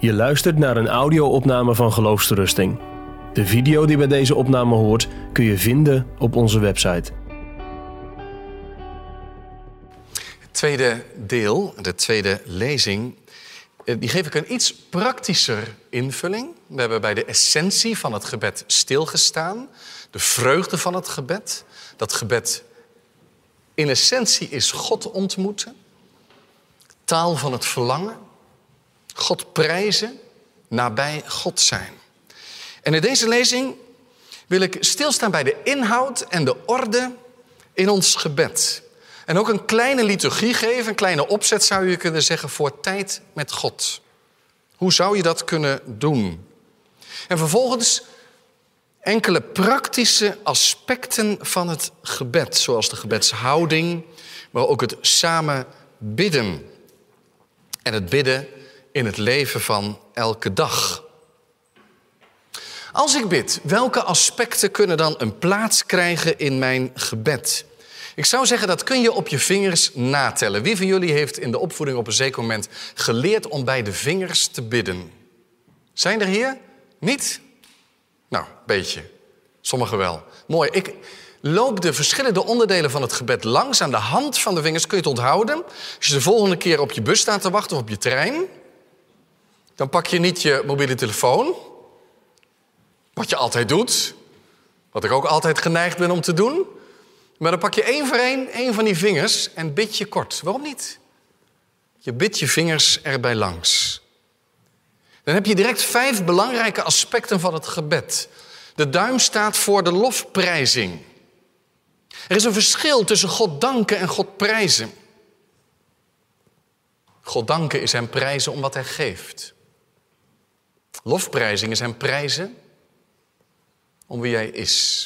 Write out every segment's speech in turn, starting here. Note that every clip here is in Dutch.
Je luistert naar een audio-opname van Geloofsterusting. De video die bij deze opname hoort kun je vinden op onze website. Het tweede deel, de tweede lezing, die geef ik een iets praktischer invulling. We hebben bij de essentie van het gebed stilgestaan. De vreugde van het gebed. Dat gebed in essentie is God ontmoeten. Taal van het verlangen. God prijzen, nabij God zijn. En in deze lezing wil ik stilstaan bij de inhoud en de orde in ons gebed. En ook een kleine liturgie geven, een kleine opzet zou je kunnen zeggen voor tijd met God. Hoe zou je dat kunnen doen? En vervolgens enkele praktische aspecten van het gebed, zoals de gebedshouding, maar ook het samen bidden. En het bidden in het leven van elke dag. Als ik bid, welke aspecten kunnen dan een plaats krijgen in mijn gebed? Ik zou zeggen, dat kun je op je vingers natellen. Wie van jullie heeft in de opvoeding op een zeker moment geleerd om bij de vingers te bidden? Zijn er hier? Niet? Nou, een beetje. Sommigen wel. Mooi. Ik loop de verschillende onderdelen van het gebed langs. Aan de hand van de vingers kun je het onthouden. Als je de volgende keer op je bus staat te wachten of op je trein, dan pak je niet je mobiele telefoon. Wat je altijd doet. Wat ik ook altijd geneigd ben om te doen. Maar dan pak je één voor één van die vingers en bid je kort. Waarom niet? Je bidt je vingers erbij langs. Dan heb je direct 5 belangrijke aspecten van het gebed. De duim staat voor de lofprijzing. Er is een verschil tussen God danken en God prijzen. God danken is hem prijzen om wat hij geeft. Lofprijzing is hem prijzen om wie hij is.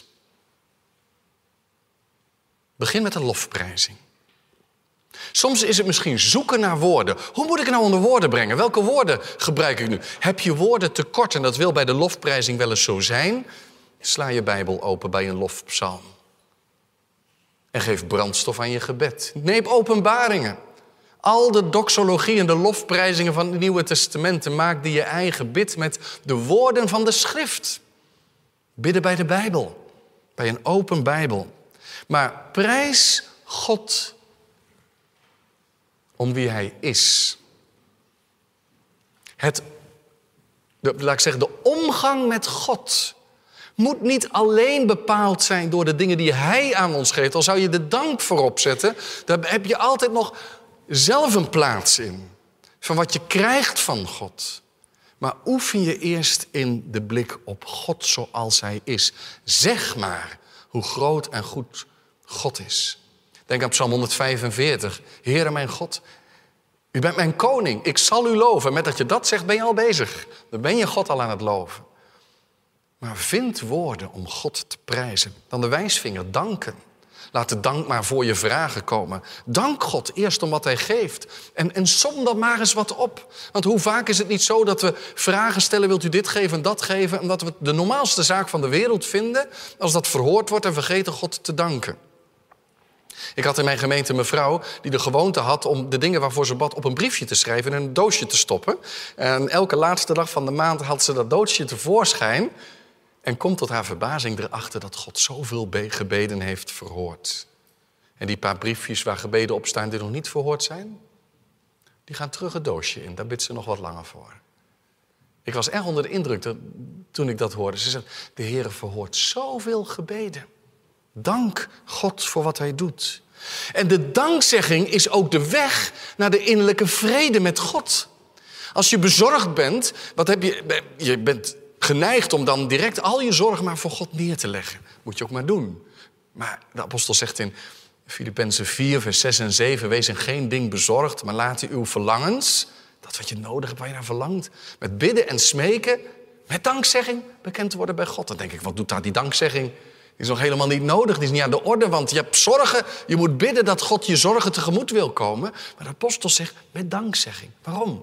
Begin met een lofprijzing. Soms is het misschien zoeken naar woorden. Hoe moet ik het nou onder woorden brengen? Welke woorden gebruik ik nu? Heb je woorden tekort, en dat wil bij de lofprijzing wel eens zo zijn? Sla je Bijbel open bij een lofpsalm. En geef brandstof aan je gebed. Neem Openbaringen. Al de doxologie en de lofprijzingen van het Nieuwe Testament. Maak die je eigen. Bid met de woorden van de schrift. Bidden bij de Bijbel. Bij een open Bijbel. Maar prijs God om wie hij is. De omgang met God moet niet alleen bepaald zijn door de dingen die hij aan ons geeft. Al zou je de dank voorop zetten, daar heb je altijd nog zelf een plaats in. Van wat je krijgt van God. Maar oefen je eerst in de blik op God zoals hij is. Zeg maar hoe groot en goed God is. Denk aan Psalm 145. Heere mijn God, u bent mijn koning. Ik zal u loven. Met dat je dat zegt, ben je al bezig. Dan ben je God al aan het loven. Maar vind woorden om God te prijzen. Dan de wijsvinger, danken. Laat de dank maar voor je vragen komen. Dank God eerst om wat hij geeft. En som dan maar eens wat op. Want hoe vaak is het niet zo dat we vragen stellen, wilt u dit geven en dat geven, en dat we de normaalste zaak van de wereld vinden, als dat verhoord wordt, en vergeten God te danken. Ik had in mijn gemeente een mevrouw die de gewoonte had om de dingen waarvoor ze bad op een briefje te schrijven en in een doosje te stoppen. En elke laatste dag van de maand had ze dat doosje tevoorschijn en komt tot haar verbazing erachter dat God zoveel gebeden heeft verhoord. En die paar briefjes waar gebeden op staan die nog niet verhoord zijn, die gaan terug het doosje in. Daar bidt ze nog wat langer voor. Ik was erg onder de indruk toen ik dat hoorde. Ze zei, de Heere verhoort zoveel gebeden. Dank God voor wat hij doet. En de dankzegging is ook de weg naar de innerlijke vrede met God. Als je bezorgd bent, wat heb je? Je bent geneigd om dan direct al je zorgen maar voor God neer te leggen. Moet je ook maar doen. Maar de apostel zegt in Filippenzen 4, vers 6 en 7... wees in geen ding bezorgd, maar laat uw verlangens, dat wat je nodig hebt, waar je naar verlangt, met bidden en smeken, met dankzegging bekend worden bij God. Dan denk ik, wat doet daar die dankzegging? Die is nog helemaal niet nodig, die is niet aan de orde, want je hebt zorgen. Je moet bidden dat God je zorgen tegemoet wil komen. Maar de apostel zegt, met dankzegging. Waarom?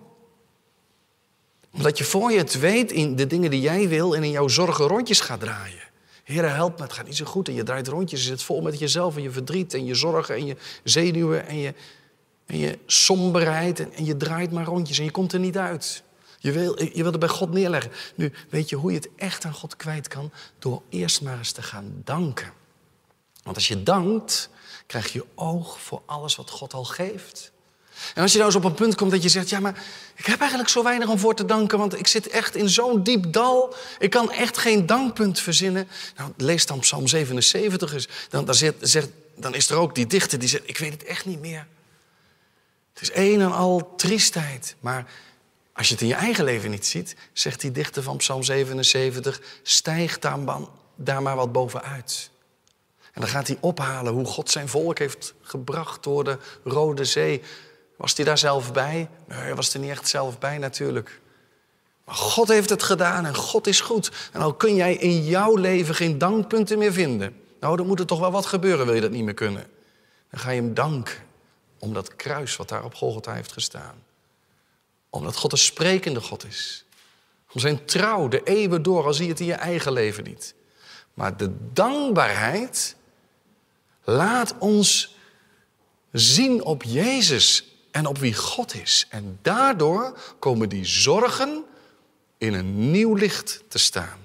Omdat je voor je het weet in de dingen die jij wil en in jouw zorgen rondjes gaat draaien. Heere, help me, het gaat niet zo goed. En je draait rondjes, je zit vol met jezelf en je verdriet en je zorgen en je zenuwen en je somberheid. En je draait maar rondjes en je komt er niet uit. Je wil het bij God neerleggen. Nu, weet je hoe je het echt aan God kwijt kan? Door eerst maar eens te gaan danken. Want als je dankt, krijg je oog voor alles wat God al geeft. En als je nou eens op een punt komt dat je zegt... ja, maar ik heb eigenlijk zo weinig om voor te danken... want ik zit echt in zo'n diep dal. Ik kan echt geen dankpunt verzinnen. Nou, lees dan Psalm 77 eens. Dan is er ook die dichter die zegt... ik weet het echt niet meer. Het is een en al triestheid. Maar als je het in je eigen leven niet ziet... zegt die dichter van Psalm 77... stijg daar maar wat bovenuit. En dan gaat hij ophalen hoe God zijn volk heeft gebracht... door de Rode Zee. Was hij daar zelf bij? Nee, hij was er niet echt zelf bij natuurlijk. Maar God heeft het gedaan en God is goed. En al kun jij in jouw leven geen dankpunten meer vinden... nou, dan moet er toch wel wat gebeuren, wil je dat niet meer kunnen. Dan ga je hem danken om dat kruis wat daar op Golgotha heeft gestaan. Omdat God een sprekende God is. Om zijn trouw, de eeuwen door, al zie je het in je eigen leven niet. Maar de dankbaarheid laat ons zien op Jezus en op wie God is. En daardoor komen die zorgen in een nieuw licht te staan.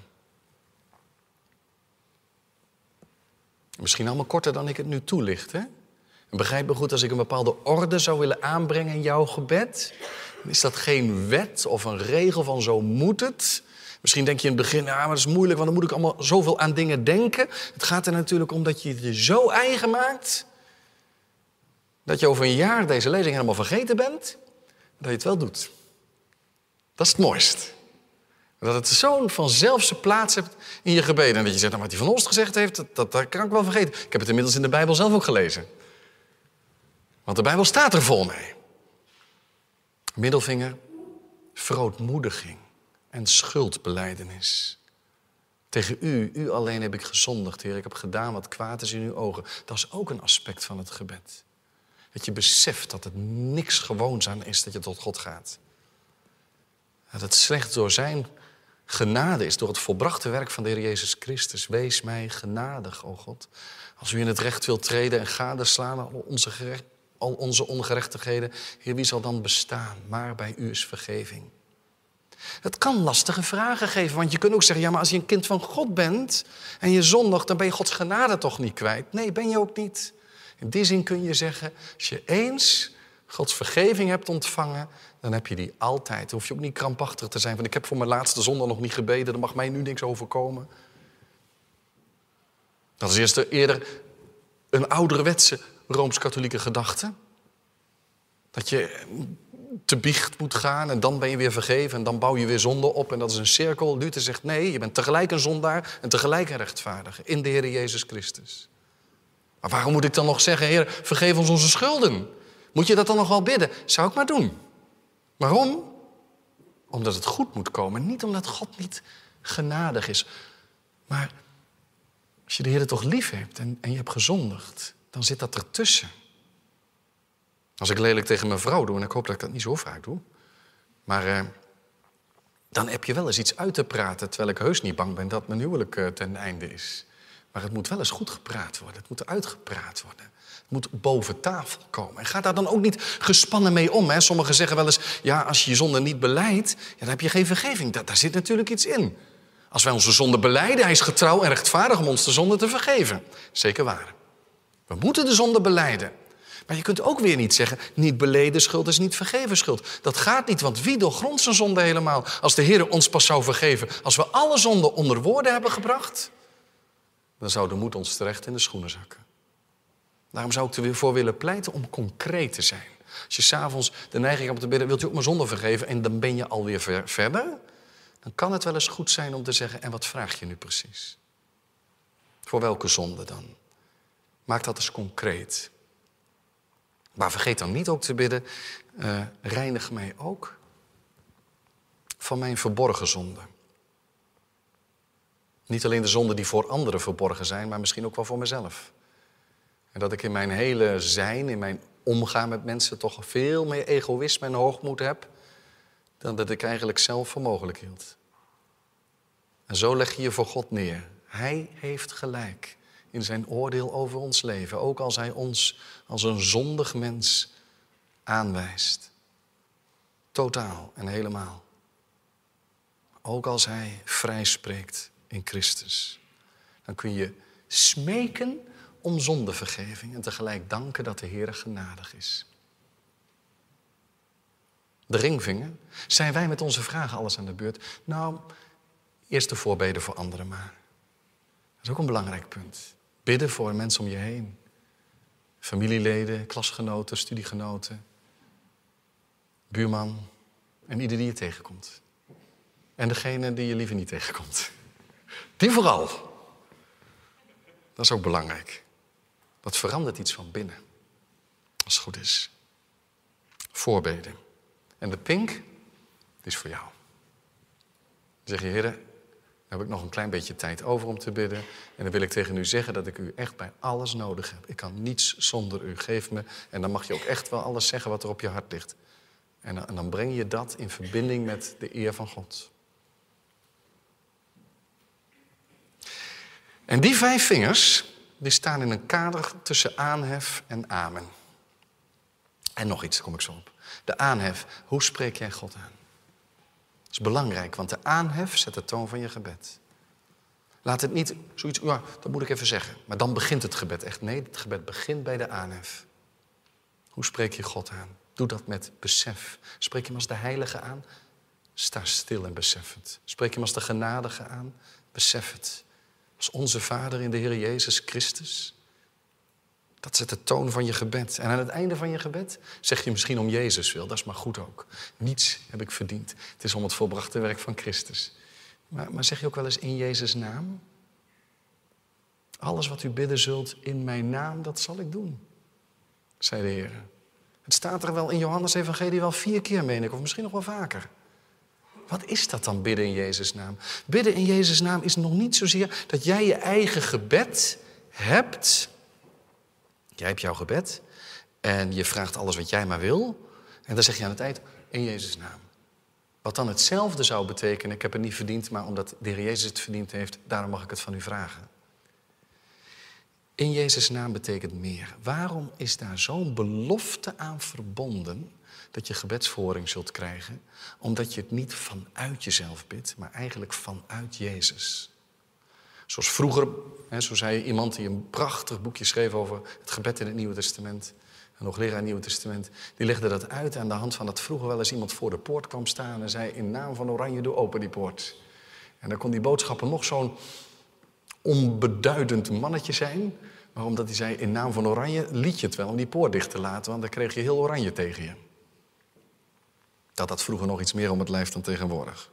Misschien allemaal korter dan ik het nu toelicht, hè? En begrijp me goed, als ik een bepaalde orde zou willen aanbrengen in jouw gebed... dan is dat geen wet of een regel van zo moet het. Misschien denk je in het begin, maar dat is moeilijk... want dan moet ik allemaal zoveel aan dingen denken. Het gaat er natuurlijk om dat je het je zo eigen maakt... dat je over een jaar deze lezing helemaal vergeten bent... dat je het wel doet. Dat is het mooist. Dat het zo'n vanzelfse plaats hebt in je gebeden. En dat je zegt, nou, wat hij van ons gezegd heeft, dat kan ik wel vergeten. Ik heb het inmiddels in de Bijbel zelf ook gelezen. Want de Bijbel staat er vol mee. Middelvinger, verootmoediging en schuldbelijdenis. Tegen u alleen heb ik gezondigd, Heer. Ik heb gedaan wat kwaad is in uw ogen. Dat is ook een aspect van het gebed. Dat je beseft dat het niks gewoons aan is dat je tot God gaat. Dat het slechts door zijn genade is, door het volbrachte werk van de Heer Jezus Christus. Wees mij genadig, o God. Als u in het recht wilt treden en gadeslaan al onze ongerechtigheden, Heer, wie zal dan bestaan? Maar bij u is vergeving. Het kan lastige vragen geven, want je kunt ook zeggen... ja, maar als je een kind van God bent en je zondigt... dan ben je Gods genade toch niet kwijt? Nee, ben je ook niet. In die zin kun je zeggen, als je eens Gods vergeving hebt ontvangen... dan heb je die altijd. Dan hoef je ook niet krampachtig te zijn... van ik heb voor mijn laatste zondag nog niet gebeden... er mag mij nu niks overkomen. Dat is eerder een ouderwetse Rooms-katholieke gedachte. Dat je te biecht moet gaan en dan ben je weer vergeven... en dan bouw je weer zonde op en dat is een cirkel. Luther zegt nee, je bent tegelijk een zondaar... en tegelijk een rechtvaardige in de Heer Jezus Christus. Maar waarom moet ik dan nog zeggen... Heer, vergeef ons onze schulden? Moet je dat dan nog wel bidden? Zou ik maar doen. Waarom? Omdat het goed moet komen. Niet omdat God niet genadig is. Maar als je de Heer toch lief hebt en je hebt gezondigd... dan zit dat ertussen. Als ik lelijk tegen mijn vrouw doe... en ik hoop dat ik dat niet zo vaak doe... maar dan heb je wel eens iets uit te praten... terwijl ik heus niet bang ben dat mijn huwelijk ten einde is. Maar het moet wel eens goed gepraat worden. Het moet uitgepraat worden. Het moet boven tafel komen. En ga daar dan ook niet gespannen mee om. Hè? Sommigen zeggen wel eens... ja, als je je zonde niet belijdt... ja, dan heb je geen vergeving. Daar zit natuurlijk iets in. Als wij onze zonde belijden... hij is getrouw en rechtvaardig om ons de zonde te vergeven. Zeker waar. We moeten de zonde belijden. Maar je kunt ook weer niet zeggen... niet beleden schuld is niet vergeven schuld. Dat gaat niet, want wie doorgrondt zijn zonde helemaal? Als de Heer ons pas zou vergeven... als we alle zonden onder woorden hebben gebracht... dan zou de moed ons terecht in de schoenen zakken. Daarom zou ik ervoor willen pleiten om concreet te zijn. Als je 's avonds de neiging hebt om te bidden... wilt u ook mijn zonde vergeven en dan ben je alweer verder... dan kan het wel eens goed zijn om te zeggen... en wat vraag je nu precies? Voor welke zonde dan? Maak dat eens concreet. Maar vergeet dan niet ook te bidden... reinig mij ook van mijn verborgen zonde. Niet alleen de zonden die voor anderen verborgen zijn... maar misschien ook wel voor mezelf. En dat ik in mijn hele zijn, in mijn omgaan met mensen... toch veel meer egoïsme en hoogmoed heb... dan dat ik eigenlijk zelf voor mogelijk hield. En zo leg je je voor God neer. Hij heeft gelijk in zijn oordeel over ons leven. Ook als hij ons als een zondig mens aanwijst. Totaal en helemaal. ook als hij vrij spreekt in Christus, dan kun je smeken om zondevergeving en tegelijk danken dat de Heer genadig is. De ringvinger. Zijn wij met onze vragen alles aan de beurt? Nou, eerst de voorbeden voor anderen maar. Dat is ook een belangrijk punt. Bidden voor mensen om je heen. Familieleden, klasgenoten, studiegenoten, buurman en ieder die je tegenkomt. En degene die je liever niet tegenkomt. Die vooral. Dat is ook belangrijk. Dat verandert iets van binnen. Als het goed is. Voorbeden. En de pink, die is voor jou. Dan zeg je, Heer, dan heb ik nog een klein beetje tijd over om te bidden. En dan wil ik tegen u zeggen dat ik u echt bij alles nodig heb. Ik kan niets zonder u. Geef me. En dan mag je ook echt wel alles zeggen wat er op je hart ligt. En dan breng je dat in verbinding met de eer van God. En die 5 vingers, die staan in een kader tussen aanhef en amen. En nog iets, daar kom ik zo op. De aanhef, hoe spreek jij God aan? Dat is belangrijk, want de aanhef zet de toon van je gebed. Laat het niet zoiets, ja, dat moet ik even zeggen. Maar dan begint het gebed echt. Nee, het gebed begint bij de aanhef. Hoe spreek je God aan? Doe dat met besef. Spreek je hem als de heilige aan? Sta stil en besef het. Spreek je hem als de genadige aan? Besef het. Als onze Vader in de Heer Jezus Christus. Dat zet de toon van je gebed. En aan het einde van je gebed zeg je misschien om Jezus wil. Dat is maar goed ook. Niets heb ik verdiend. Het is om het volbrachte werk van Christus. Maar zeg je ook wel eens in Jezus' naam? Alles wat u bidden zult in mijn naam, dat zal ik doen. Zei de Heer. Het staat er wel in Johannes Evangelie wel 4 keer, meen ik. Of misschien nog wel vaker. Wat is dat dan, bidden in Jezus' naam? Bidden in Jezus' naam is nog niet zozeer dat jij je eigen gebed hebt. Jij hebt jouw gebed en je vraagt alles wat jij maar wil. En dan zeg je aan het eind, in Jezus' naam. Wat dan hetzelfde zou betekenen, ik heb het niet verdiend, maar omdat de Heer Jezus het verdiend heeft, daarom mag ik het van u vragen. In Jezus' naam betekent meer. Waarom is daar zo'n belofte aan verbonden dat je gebedsverhoring zult krijgen? Omdat je het niet vanuit jezelf bidt, maar eigenlijk vanuit Jezus. Zoals vroeger, zo zei iemand die een prachtig boekje schreef over het gebed in het Nieuwe Testament. Een hoogleraar in het Nieuwe Testament. Die legde dat uit aan de hand van dat vroeger wel eens iemand voor de poort kwam staan en zei, in naam van Oranje, doe open die poort. En dan kon die boodschapper nog zo'n onbeduidend mannetje zijn. Maar omdat hij zei, in naam van Oranje, liet je het wel om die poort dicht te laten. Want dan kreeg je heel Oranje tegen je. Dat had vroeger nog iets meer om het lijf dan tegenwoordig.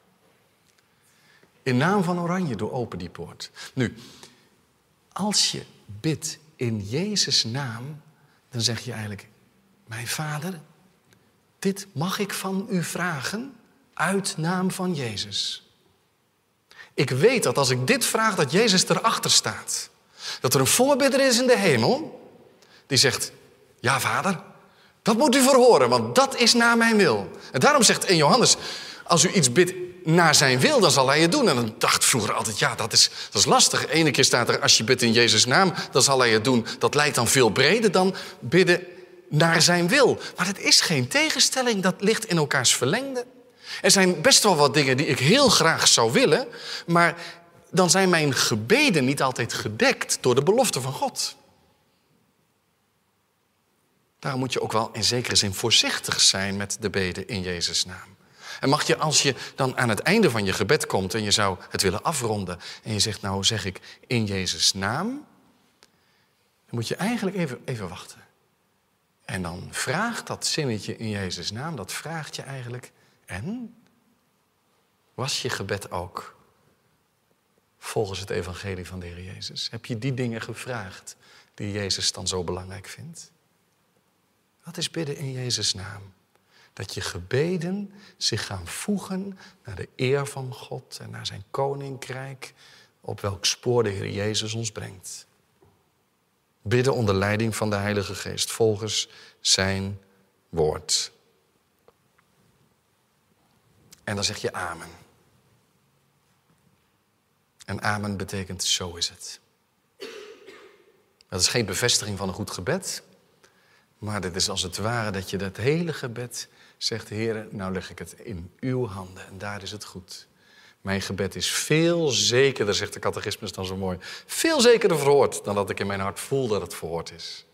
In naam van Oranje, doe open die poort. Nu, als je bidt in Jezus' naam, dan zeg je eigenlijk, mijn Vader, dit mag ik van u vragen uit naam van Jezus. Ik weet dat als ik dit vraag, dat Jezus erachter staat. Dat er een voorbidder is in de hemel, die zegt, ja Vader, dat moet u verhoren, want dat is naar mijn wil. En daarom zegt in Johannes, als u iets bidt naar zijn wil, dan zal hij het doen. En dan dacht vroeger altijd, ja, dat is lastig. Ene keer staat er, als je bidt in Jezus' naam, dan zal hij het doen. Dat lijkt dan veel breder dan bidden naar zijn wil. Maar het is geen tegenstelling, dat ligt in elkaars verlengde. Er zijn best wel wat dingen die ik heel graag zou willen, maar dan zijn mijn gebeden niet altijd gedekt door de belofte van God. Daarom moet je ook wel in zekere zin voorzichtig zijn met de beden in Jezus' naam. En mag je, als je dan aan het einde van je gebed komt en je zou het willen afronden en je zegt, nou zeg ik in Jezus' naam, dan moet je eigenlijk even wachten. En dan vraagt dat zinnetje in Jezus' naam, dat vraagt je eigenlijk, en? Was je gebed ook volgens het evangelie van de Heer Jezus? Heb je die dingen gevraagd die Jezus dan zo belangrijk vindt? Dat is bidden in Jezus' naam. Dat je gebeden zich gaan voegen naar de eer van God en naar zijn koninkrijk, op welk spoor de Heer Jezus ons brengt. Bidden onder leiding van de Heilige Geest, volgens zijn woord. En dan zeg je amen. En amen betekent zo is het. Dat is geen bevestiging van een goed gebed, maar dit is als het ware dat je dat hele gebed zegt, Heer, nou leg ik het in uw handen en daar is het goed. Mijn gebed is veel zekerder, zegt de catechismus dan zo mooi, veel zekerder verhoord dan dat ik in mijn hart voel dat het verhoord is.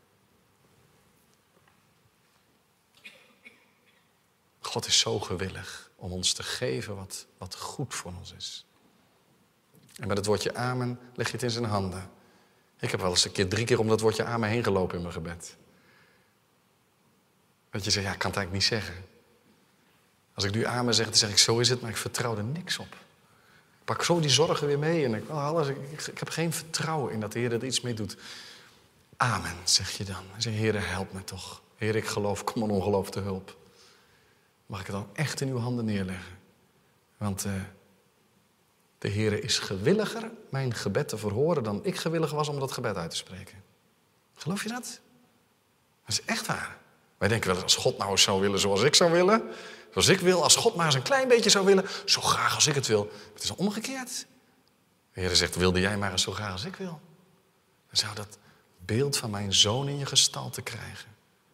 God is zo gewillig om ons te geven wat goed voor ons is. En met het woordje amen leg je het in zijn handen. Ik heb wel eens 3 keer om dat woordje amen heen gelopen in mijn gebed. Dat je zegt, ja, ik kan het eigenlijk niet zeggen. Als ik nu amen zeg, dan zeg ik, zo is het, maar ik vertrouw er niks op. Ik pak zo die zorgen weer mee en ik heb geen vertrouwen in dat de Heer er iets mee doet. Amen, zeg je dan. En zeg, Heer, help me toch. Heer, ik geloof, kom mijn ongeloof te hulp. Mag ik het dan echt in uw handen neerleggen? Want de Heer is gewilliger mijn gebed te verhoren dan ik gewillig was om dat gebed uit te spreken. Geloof je dat? Dat is echt waar. Wij denken wel eens, als God nou eens zou willen zoals ik zou willen. Zoals ik wil, als God maar eens een klein beetje zou willen. Zo graag als ik het wil. Het is omgekeerd. De Heer zegt, wilde jij maar eens zo graag als ik wil. Dan zou dat beeld van mijn zoon in je gestalte krijgen.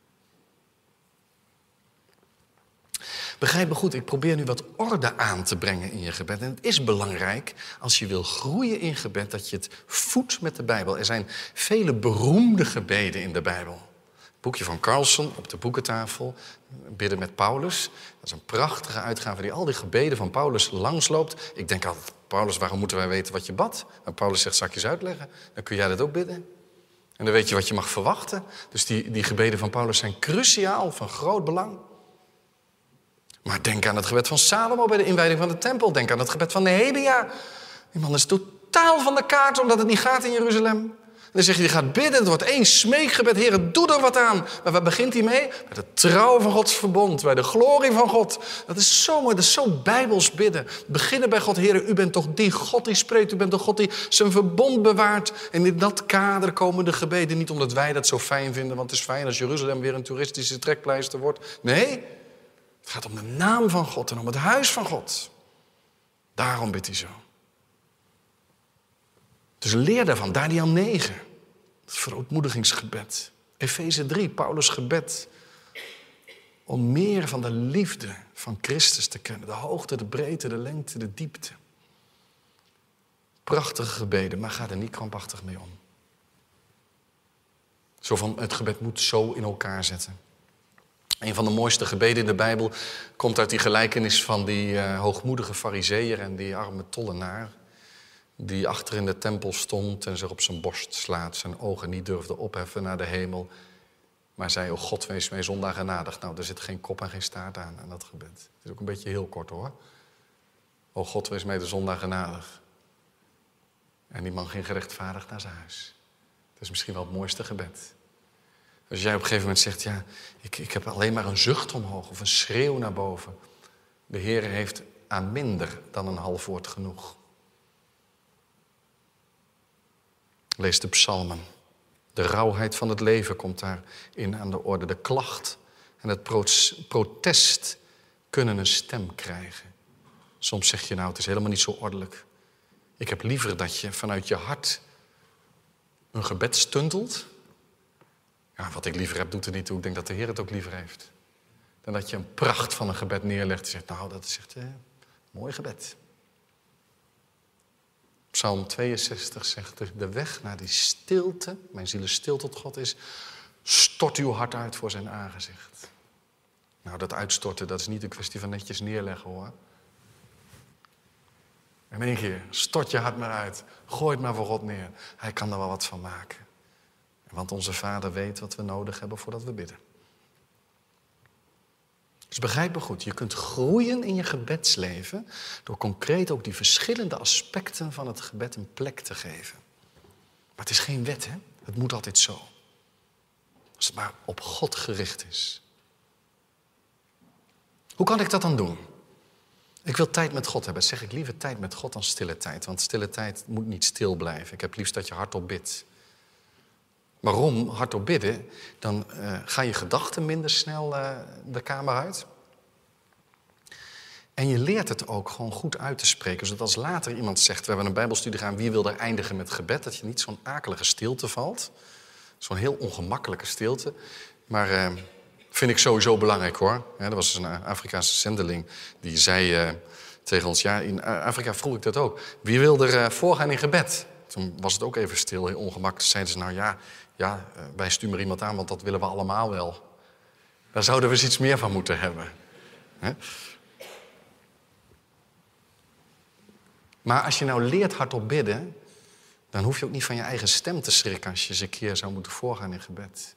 Begrijp me goed, ik probeer nu wat orde aan te brengen in je gebed. En het is belangrijk, als je wil groeien in gebed, dat je het voedt met de Bijbel. Er zijn vele beroemde gebeden in de Bijbel. Het boekje van Carlson op de boekentafel, Bidden met Paulus. Dat is een prachtige uitgave die al die gebeden van Paulus langsloopt. Ik denk altijd, Paulus, waarom moeten wij weten wat je bad? Maar Paulus zegt, zal ik je eens uitleggen? Dan kun jij dat ook bidden. En dan weet je wat je mag verwachten. Dus die gebeden van Paulus zijn cruciaal, van groot belang. Maar denk aan het gebed van Salomo bij de inwijding van de tempel. Denk aan het gebed van Nehemia. Die man is totaal van de kaart omdat het niet gaat in Jeruzalem. En dan zeg je, die gaat bidden. Het wordt 1 smeekgebed. Heer, doe er wat aan. Maar waar begint hij mee? Bij de trouw van Gods verbond. Bij de glorie van God. Dat is zo mooi. Dat is zo bijbels bidden. Beginnen bij God. Heer, u bent toch die God die spreekt. U bent toch God die zijn verbond bewaart. En in dat kader komen de gebeden. Niet omdat wij dat zo fijn vinden. Want het is fijn als Jeruzalem weer een toeristische trekpleister wordt. Nee. Het gaat om de naam van God en om het huis van God. Daarom bidt hij zo. Dus leer daarvan, Daniël 9. Het verootmoedigingsgebed. Efeze 3, Paulus' gebed. Om meer van de liefde van Christus te kennen. De hoogte, de breedte, de lengte, de diepte. Prachtige gebeden, maar ga er niet krampachtig mee om. Zo van, het gebed moet zo in elkaar zetten. Een van de mooiste gebeden in de Bijbel komt uit die gelijkenis van die hoogmoedige farizeeër en die arme tollenaar. Die achter in de tempel stond en zich op zijn borst slaat. Zijn ogen niet durfde opheffen naar de hemel. Maar zei, o God, wees mij zondaar genadig. Nou, er zit geen kop en geen staart aan dat gebed. Het is ook een beetje heel kort hoor. O God, wees mij de zondaar genadig. En die man ging gerechtvaardigd naar zijn huis. Dat is misschien wel het mooiste gebed. Als jij op een gegeven moment zegt, ja, ik heb alleen maar een zucht omhoog of een schreeuw naar boven. De Heer heeft aan minder dan een half woord genoeg. Lees de psalmen. De rauwheid van het leven komt daarin aan de orde. De klacht en het protest kunnen een stem krijgen. Soms zeg je, nou, het is helemaal niet zo ordelijk. Ik heb liever dat je vanuit je hart een gebed stuntelt. Ja, wat ik liever heb, doet er niet toe. Ik denk dat de Heer het ook liever heeft. Dan dat je een pracht van een gebed neerlegt en zegt, nou, dat is echt een mooi gebed. Psalm 62 zegt, de weg naar die stilte, mijn ziel is stil tot God is, stort uw hart uit voor zijn aangezicht. Nou, dat uitstorten, dat is niet een kwestie van netjes neerleggen, hoor. In 1 keer, stort je hart maar uit. Gooi het maar voor God neer. Hij kan er wel wat van maken. Want onze Vader weet wat we nodig hebben voordat we bidden. Dus begrijp me goed, je kunt groeien in je gebedsleven door concreet ook die verschillende aspecten van het gebed een plek te geven. Maar het is geen wet, hè? Het moet altijd zo. Als het maar op God gericht is. Hoe kan ik dat dan doen? Ik wil tijd met God hebben. Zeg ik liever tijd met God dan stille tijd. Want stille tijd moet niet stil blijven. Ik heb liefst dat je hardop bidt. Waarom? Hardop bidden, dan gaan je gedachten minder snel de kamer uit. En je leert het ook gewoon goed uit te spreken. Zodat als later iemand zegt, we hebben een bijbelstudie gedaan, wie wil er eindigen met gebed? Dat je niet zo'n akelige stilte valt. Zo'n heel ongemakkelijke stilte. Maar vind ik sowieso belangrijk hoor. Ja, er was een Afrikaanse zendeling die zei, tegen ons. Ja, in Afrika vroeg ik dat ook. Wie wil er voorgaan in gebed? Toen was het ook even stil, heel ongemakkelijk. Toen zeiden ze, nou ja, wij sturen maar iemand aan, want dat willen we allemaal wel. Daar zouden we eens iets meer van moeten hebben. Hè? Maar als je nou leert hardop bidden, dan hoef je ook niet van je eigen stem te schrikken als je eens een keer zou moeten voorgaan in gebed.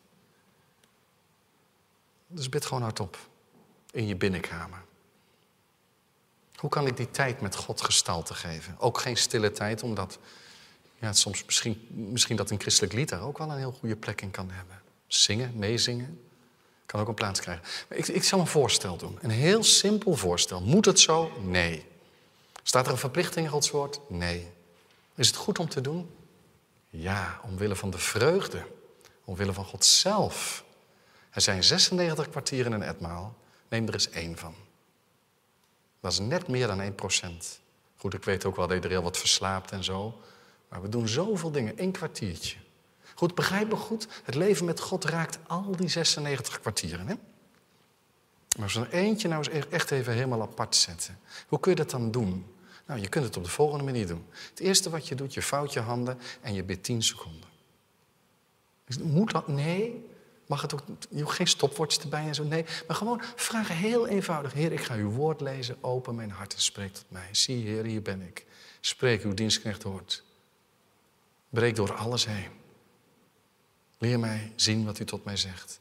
Dus bid gewoon hardop in je binnenkamer. Hoe kan ik die tijd met God gestalte geven? Ook geen stille tijd, omdat soms misschien dat een christelijk lied daar ook wel een heel goede plek in kan hebben. Zingen, meezingen, kan ook een plaats krijgen. Maar ik zal een voorstel doen. Een heel simpel voorstel. Moet het zo? Nee. Staat er een verplichting in Gods woord? Nee. Is het goed om te doen? Ja, omwille van de vreugde. Omwille van God zelf. Er zijn 96 kwartieren in een etmaal. Neem er eens 1 van. Dat is net meer dan 1%. Goed, ik weet ook wel dat je er heel wat verslaapt en zo. Maar we doen zoveel dingen, 1 kwartiertje. Goed, begrijp me goed. Het leven met God raakt al die 96 kwartieren. Hè? Maar als we er eentje nou eens echt even helemaal apart zetten. Hoe kun je dat dan doen? Nou, je kunt het op de volgende manier doen. Het eerste wat je doet, je vouwt je handen en je bidt 10 seconden. Moet dat? Nee. Mag het ook, je hoeft geen stopwatch erbij en zo. Nee, maar gewoon vragen heel eenvoudig. Heer, ik ga uw woord lezen. Open mijn hart en spreek tot mij. Zie, Heer, hier ben ik. Spreek, uw dienstknecht hoort. Breek door alles heen. Leer mij zien wat u tot mij zegt.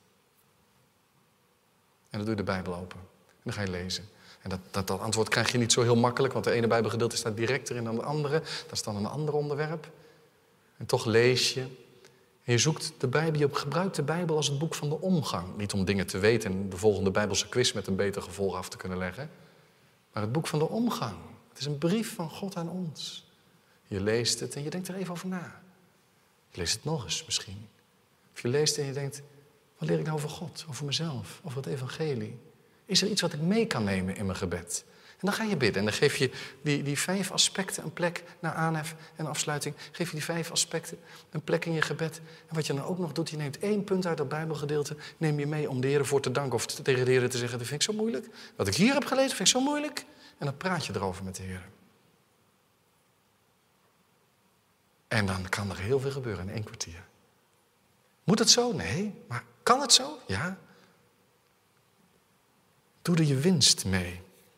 En dan doe je de Bijbel open. En dan ga je lezen. En dat antwoord krijg je niet zo heel makkelijk, want de ene Bijbelgedeelte staat directer in dan de andere. Dat is dan een ander onderwerp. En toch lees je. En je zoekt de Bijbel, je gebruikt de Bijbel als het boek van de omgang. Niet om dingen te weten en de volgende Bijbelse quiz met een beter gevolg af te kunnen leggen. Maar het boek van de omgang. Het is een brief van God aan ons. Je leest het en je denkt er even over na. Je leest het nog eens misschien. Of je leest en je denkt, wat leer ik nou over God, over mezelf, over het evangelie? Is er iets wat ik mee kan nemen in mijn gebed? En dan ga je bidden en dan geef je die 5 aspecten een plek naar aanhef en afsluiting. Geef je die 5 aspecten een plek in je gebed. En wat je dan ook nog doet, je neemt 1 punt uit dat Bijbelgedeelte, neem je mee om de Heer voor te danken of tegen de Heer te zeggen, dat vind ik zo moeilijk. Wat ik hier heb gelezen, vind ik zo moeilijk. En dan praat je erover met de Heer. En dan kan er heel veel gebeuren in 1 kwartier. Moet het zo? Nee. Maar kan het zo? Ja. Doe er je winst mee.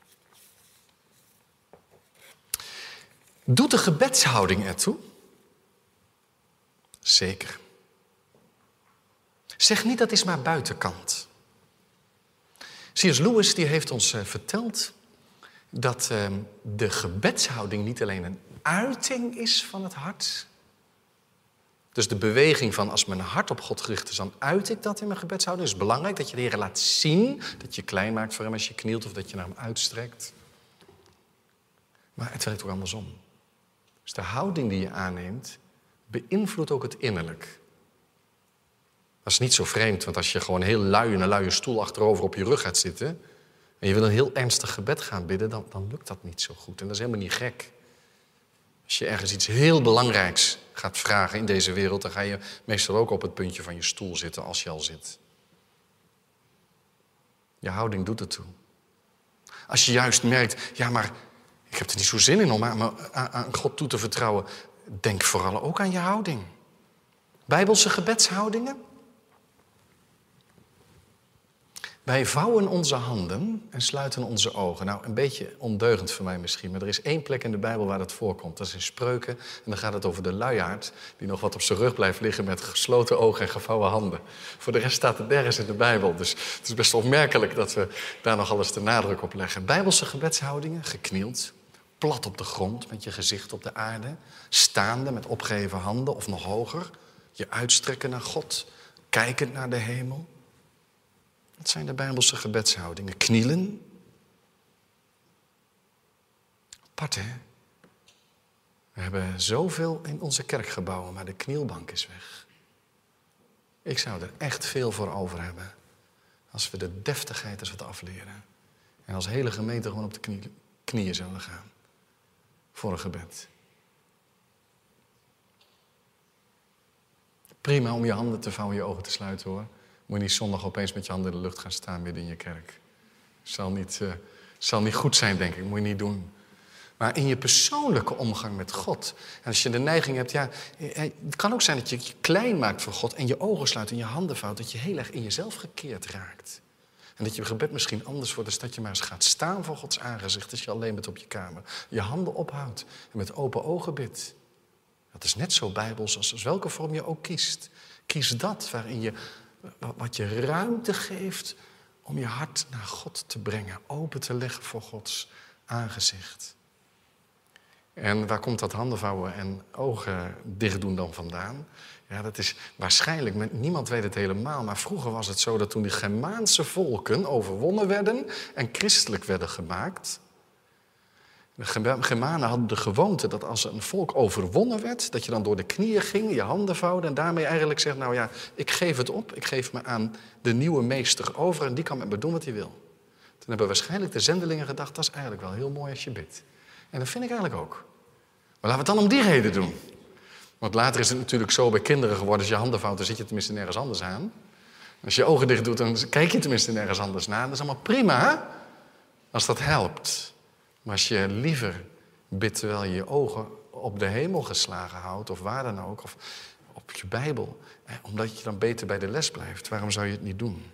Doet de gebedshouding ertoe? Zeker. Zeg niet dat is maar buitenkant. C.S. Lewis die heeft ons verteld dat de gebedshouding niet alleen een uiting is van het hart. Dus de beweging van als mijn hart op God gericht is, dan uit ik dat in mijn gebedshouding. Het is belangrijk dat je de Heer laat zien, dat je klein maakt voor hem als je knielt of dat je naar hem uitstrekt. Maar het werkt ook andersom. Dus de houding die je aanneemt, beïnvloedt ook het innerlijk. Dat is niet zo vreemd, want als je gewoon heel lui in een luie stoel achterover op je rug gaat zitten en je wil een heel ernstig gebed gaan bidden, dan lukt dat niet zo goed. En dat is helemaal niet gek. Als je ergens iets heel belangrijks gaat vragen in deze wereld, dan ga je meestal ook op het puntje van je stoel zitten als je al zit. Je houding doet het toe. Als je juist merkt, ja, maar ik heb er niet zo zin in om aan God toe te vertrouwen, denk vooral ook aan je houding. Bijbelse gebedshoudingen. Wij vouwen onze handen en sluiten onze ogen. Nou, een beetje ondeugend voor mij misschien, maar er is 1 plek in de Bijbel waar dat voorkomt. Dat is in Spreuken en dan gaat het over de luiaard die nog wat op zijn rug blijft liggen met gesloten ogen en gevouwen handen. Voor de rest staat het nergens in de Bijbel, dus het is best opmerkelijk dat we daar nog alles de nadruk op leggen. Bijbelse gebedshoudingen, geknield, plat op de grond met je gezicht op de aarde, staande met opgeheven handen of nog hoger, je uitstrekken naar God, kijkend naar de hemel. Dat zijn de Bijbelse gebedshoudingen. Knielen. Apart, hè? We hebben zoveel in onze kerkgebouwen, maar de knielbank is weg. Ik zou er echt veel voor over hebben. Als we de deftigheid eens wat afleren. En als hele gemeente gewoon op de knieën zouden gaan. Voor een gebed. Prima om je handen te vouwen, je ogen te sluiten, hoor. Moet je niet zondag opeens met je handen in de lucht gaan staan midden in je kerk. Zal Zal niet goed zijn, denk ik. Moet je niet doen. Maar in je persoonlijke omgang met God. En als je de neiging hebt, ja, het kan ook zijn dat je je klein maakt voor God en je ogen sluit en je handen vouwt, dat je heel erg in jezelf gekeerd raakt. En dat je gebed misschien anders wordt, dus dat je maar eens gaat staan voor Gods aangezicht als je alleen bent op je kamer. Je handen ophoudt en met open ogen bidt. Dat is net zo bijbels als welke vorm je ook kiest. Kies dat waarin je, wat je ruimte geeft om je hart naar God te brengen. Open te leggen voor Gods aangezicht. En waar komt dat handen vouwen en ogen dicht doen dan vandaan? Ja, dat is waarschijnlijk, niemand weet het helemaal, maar vroeger was het zo dat toen die Germaanse volken overwonnen werden en christelijk werden gemaakt. De Germanen hadden de gewoonte dat als een volk overwonnen werd, dat je dan door de knieën ging, je handen vouwde en daarmee eigenlijk zegt, nou ja, ik geef het op, ik geef me aan de nieuwe meester over en die kan met me doen wat hij wil. Toen hebben waarschijnlijk de zendelingen gedacht, dat is eigenlijk wel heel mooi als je bidt. En dat vind ik eigenlijk ook. Maar laten we het dan om die reden doen. Want later is het natuurlijk zo bij kinderen geworden, als je handen vouwt, dan zit je tenminste nergens anders aan. Als je je ogen dicht doet, dan kijk je tenminste nergens anders naar. Dat is allemaal prima, als dat helpt. Maar als je liever bidt terwijl je je ogen op de hemel geslagen houdt, of waar dan ook, of op je Bijbel, omdat je dan beter bij de les blijft, waarom zou je het niet doen?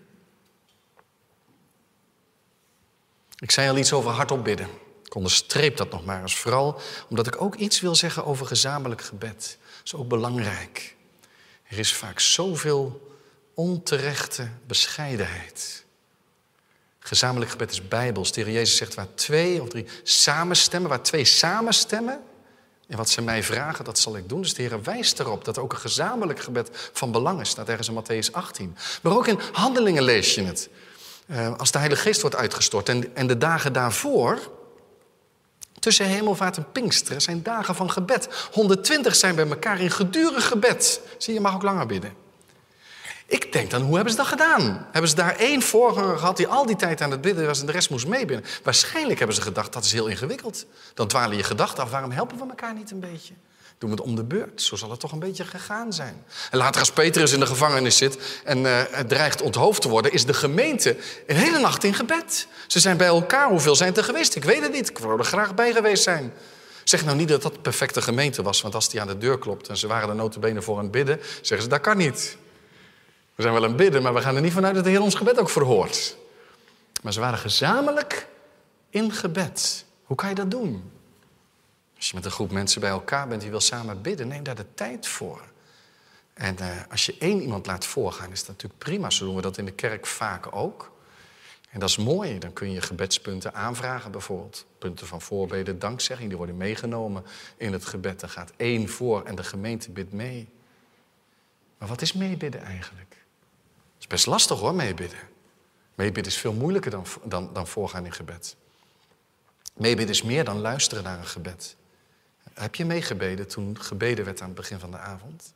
Ik zei al iets over hardop bidden. Ik onderstreep dat nog maar eens. Vooral omdat ik ook iets wil zeggen over gezamenlijk gebed. Dat is ook belangrijk. Er is vaak zoveel onterechte bescheidenheid. Gezamenlijk gebed is bijbels. De Heer Jezus zegt waar 2 of 3 samenstemmen, waar 2 samenstemmen. En wat ze mij vragen, dat zal ik doen. Dus de Heer wijst erop dat ook een gezamenlijk gebed van belang is. Staat ergens in Mattheüs 18. Maar ook in Handelingen lees je het. Als de Heilige Geest wordt uitgestort. En de dagen daarvoor, tussen hemelvaart en Pinksteren, zijn dagen van gebed. 120 zijn bij elkaar in gedurig gebed. Zie je, mag ook langer bidden. Ik denk dan, hoe hebben ze dat gedaan? Hebben ze daar 1 voorganger gehad die al die tijd aan het bidden was en de rest moest meebidden? Waarschijnlijk hebben ze gedacht, dat is heel ingewikkeld. Dan dwalen je gedachten af, waarom helpen we elkaar niet een beetje? Doen we het om de beurt, zo zal het toch een beetje gegaan zijn. En later als Petrus in de gevangenis zit en het dreigt onthoofd te worden, is de gemeente een hele nacht in gebed. Ze zijn bij elkaar, hoeveel zijn er geweest? Ik weet het niet, ik wil er graag bij geweest zijn. Zeg nou niet dat dat perfecte gemeente was, want als die aan de deur klopt en ze waren er nota bene voor aan het bidden, zeggen ze, dat kan niet. We zijn wel aan het bidden, maar we gaan er niet vanuit dat de Heer ons gebed ook verhoort. Maar ze waren gezamenlijk in gebed. Hoe kan je dat doen? Als je met een groep mensen bij elkaar bent die wil samen bidden, neem daar de tijd voor. En als je 1 iemand laat voorgaan, is dat natuurlijk prima. Zo doen we dat in de kerk vaak ook. En dat is mooi. Dan kun je gebedspunten aanvragen bijvoorbeeld. Punten van voorbeden, dankzegging, die worden meegenomen in het gebed. Dan gaat 1 voor en de gemeente bidt mee. Maar wat is meebidden eigenlijk? Het is best lastig hoor, meebidden. Meebidden is veel moeilijker dan voorgaan in gebed. Meebidden is meer dan luisteren naar een gebed. Heb je meegebeden toen gebeden werd aan het begin van de avond?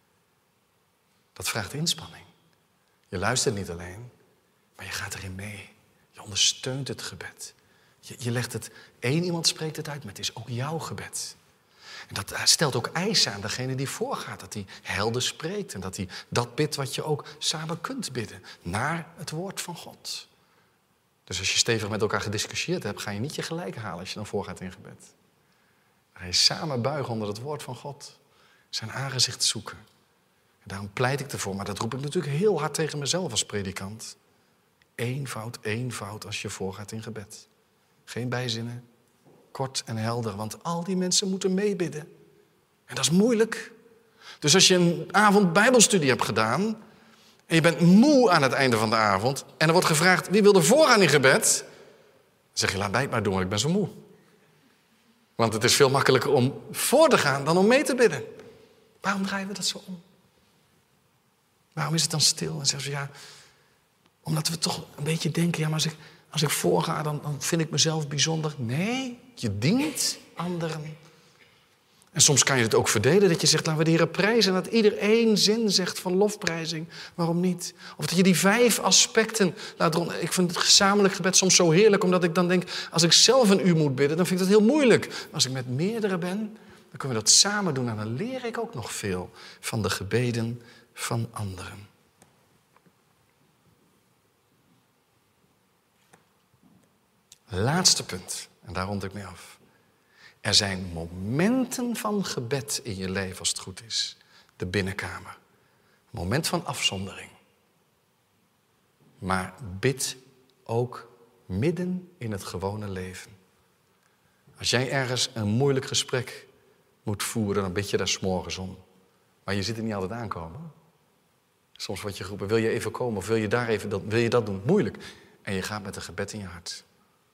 Dat vraagt inspanning. Je luistert niet alleen, maar je gaat erin mee. Je ondersteunt het gebed. Je legt het, 1 iemand spreekt het uit, maar het is ook jouw gebed. En dat stelt ook eisen aan degene die voorgaat. Dat hij helder spreekt en dat hij dat bidt wat je ook samen kunt bidden. Naar het woord van God. Dus als je stevig met elkaar gediscussieerd hebt, ga je niet je gelijk halen als je dan voorgaat in gebed. Dan ga je samen buigen onder het woord van God. Zijn aangezicht zoeken. En daarom pleit ik ervoor, maar dat roep ik natuurlijk heel hard tegen mezelf als predikant. Eenvoud als je voorgaat in gebed. Geen bijzinnen. Kort en helder, want al die mensen moeten meebidden. En dat is moeilijk. Dus als je een avond bijbelstudie hebt gedaan en je bent moe aan het einde van de avond en er wordt gevraagd, wie wil er voorgaan in gebed? Dan zeg je, laat mij het maar doen, want ik ben zo moe. Want het is veel makkelijker om voor te gaan dan om mee te bidden. Waarom draaien we dat zo om? Waarom is het dan stil? En zeggen ze, ja, omdat we toch een beetje denken, ja, maar als ik voorga, dan vind ik mezelf bijzonder. Nee, je dient anderen. En soms kan je het ook verdelen, dat je zegt, laten we de Heer prijzen. En dat ieder 1 zin zegt van lofprijzing. Waarom niet? Of dat je die 5 aspecten laat rond. Ik vind het gezamenlijk gebed soms zo heerlijk, omdat ik dan denk, als ik zelf een uur moet bidden, dan vind ik dat heel moeilijk. Maar als ik met meerdere ben, dan kunnen we dat samen doen. En dan leer ik ook nog veel van de gebeden van anderen. Laatste punt, en daar rond ik mee af. Er zijn momenten van gebed in je leven als het goed is. De binnenkamer. Een moment van afzondering. Maar bid ook midden in het gewone leven. Als jij ergens een moeilijk gesprek moet voeren, dan bid je daar 's morgens om. Maar je ziet er niet altijd aankomen. Soms wordt je geroepen, wil je even komen of wil je dat doen? Moeilijk. En je gaat met een gebed in je hart.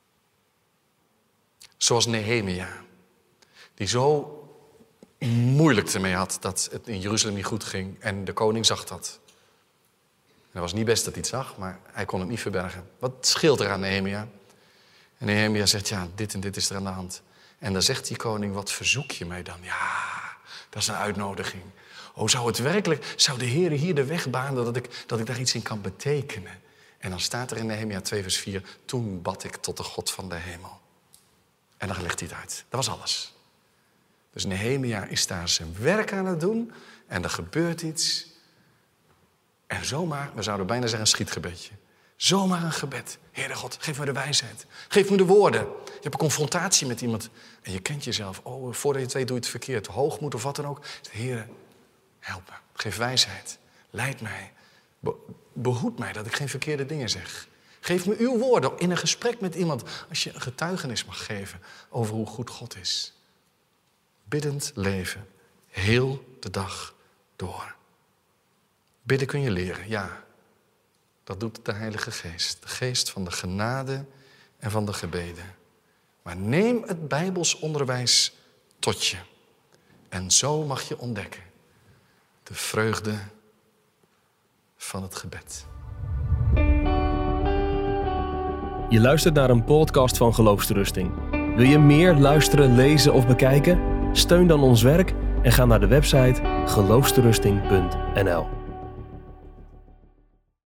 Zoals Nehemia. Die zo moeilijk ermee had dat het in Jeruzalem niet goed ging. En de koning zag dat. En het was niet best dat hij het zag, maar hij kon het niet verbergen. Wat scheelt er aan Nehemia? En Nehemia zegt, ja, dit en dit is er aan de hand. En dan zegt die koning, wat verzoek je mij dan? Ja, dat is een uitnodiging. Oh, zou de Heer hier de weg banen dat ik daar iets in kan betekenen? En dan staat er in Nehemia 2 vers 4, toen bad ik tot de God van de hemel. En dan legt hij het uit. Dat was alles. Dus Nehemia is daar zijn werk aan het doen. En er gebeurt iets. En zomaar, we zouden bijna zeggen een schietgebedje. Zomaar een gebed. Heere God, geef me de wijsheid. Geef me de woorden. Je hebt een confrontatie met iemand. En je kent jezelf. Oh, voordat je het weet doe je het verkeerd. Hoogmoed of wat dan ook. Heere, help me. Geef wijsheid. Leid mij. Behoed mij dat ik geen verkeerde dingen zeg. Geef me uw woorden in een gesprek met iemand. Als je een getuigenis mag geven over hoe goed God is. Biddend leven. Heel de dag door. Bidden kun je leren, ja. Dat doet de Heilige Geest. De geest van de genade en van de gebeden. Maar neem het Bijbels onderwijs tot je. En zo mag je ontdekken de vreugde van het gebed. Je luistert naar een podcast van Geloofsterusting. Wil je meer luisteren, lezen of bekijken? Steun dan ons werk en ga naar de website geloofsterusting.nl.